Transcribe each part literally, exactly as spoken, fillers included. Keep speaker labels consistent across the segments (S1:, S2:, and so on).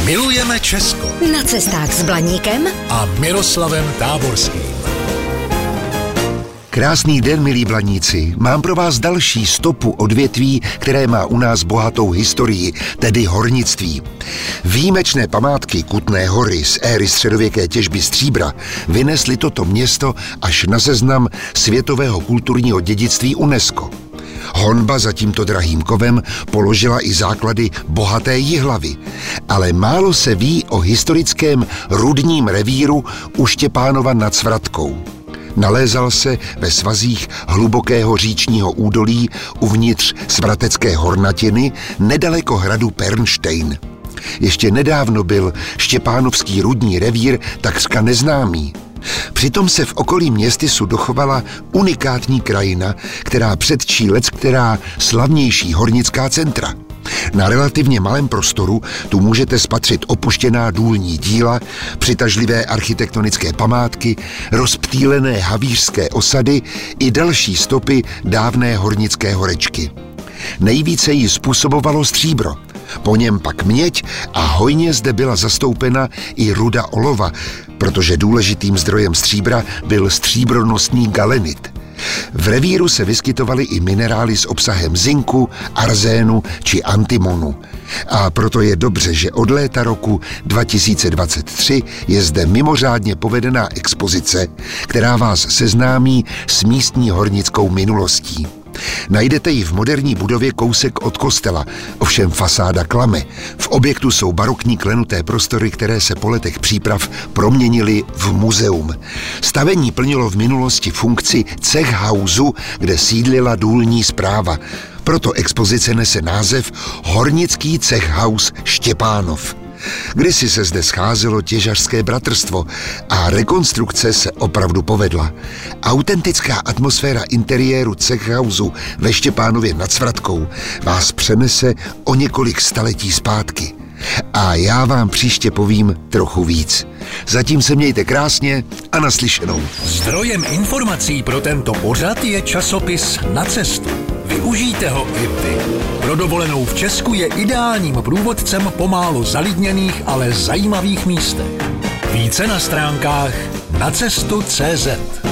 S1: Milujeme Česko.
S2: Na cestách s Blaníkem
S1: a Miroslavem Táborským.
S3: Krásný den, milí Blaníci. Mám pro vás další stopu odvětví, které má u nás bohatou historii, tedy hornictví. Výjimečné památky Kutné Hory z éry středověké těžby stříbra vynesly toto město až na seznam světového kulturního dědictví UNESCO. Honba za tímto drahým kovem položila i základy bohaté Jihlavy, ale málo se ví o historickém rudním revíru u Štěpánova nad Svratkou. Nalézal se ve svazích hlubokého říčního údolí uvnitř svratecké hornatiny nedaleko hradu Pernštejn. Ještě nedávno byl štěpánovský rudní revír takřka neznámý. Přitom se v okolí městysu dochovala unikátní krajina, která předčí leckterá slavnější hornická centra. Na relativně malém prostoru tu můžete spatřit opuštěná důlní díla, přitažlivé architektonické památky, rozptýlené havířské osady i další stopy dávné hornické horečky. Nejvíce jí způsobovalo stříbro, po něm pak měď a hojně zde byla zastoupena i ruda olova, protože důležitým zdrojem stříbra byl stříbronosný galenit. V revíru se vyskytovaly i minerály s obsahem zinku, arzénu či antimonu. A proto je dobře, že od léta roku dva tisíce dvacet tři je zde mimořádně povedená expozice, která vás seznámí s místní hornickou minulostí. Najdete ji v moderní budově kousek od kostela, ovšem fasáda klame. V objektu jsou barokní klenuté prostory, které se po letech příprav proměnily v muzeum. Stavení plnilo v minulosti funkci cechhausu, kde sídlila důlní správa. Proto expozice nese název Hornický cechhaus Štěpánov. Kdysi se zde scházelo těžařské bratrstvo a rekonstrukce se opravdu povedla. Autentická atmosféra interiéru cechhausu ve Štěpánově nad Svratkou vás přenese o několik staletí zpátky. A já vám příště povím trochu víc. Zatím se mějte krásně a naslyšenou.
S1: Zdrojem informací pro tento pořad je časopis Na cestu. Využijte ho i vy. Pro dovolenou v Česku je ideálním průvodcem po málo zalidněných, ale zajímavých místech. Více na stránkách nacestu tečka cé zet.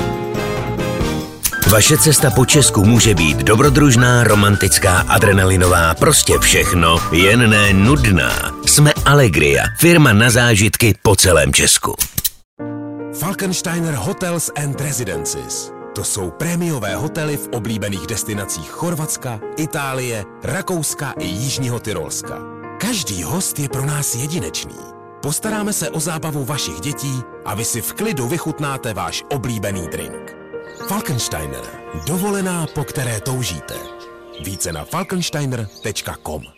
S4: Vaše cesta po Česku může být dobrodružná, romantická, adrenalinová, prostě všechno, jen ne nudná. Jsme Allegria, firma na zážitky po celém Česku.
S5: Falkensteiner Hotels and Residences. To jsou prémiové hotely v oblíbených destinacích Chorvatska, Itálie, Rakouska i Jižního Tyrolska. Každý host je pro nás jedinečný. Postaráme se o zábavu vašich dětí a vy si v klidu vychutnáte váš oblíbený drink. Falkensteiner. Dovolená, po které toužíte. Více na falkensteiner tečka com.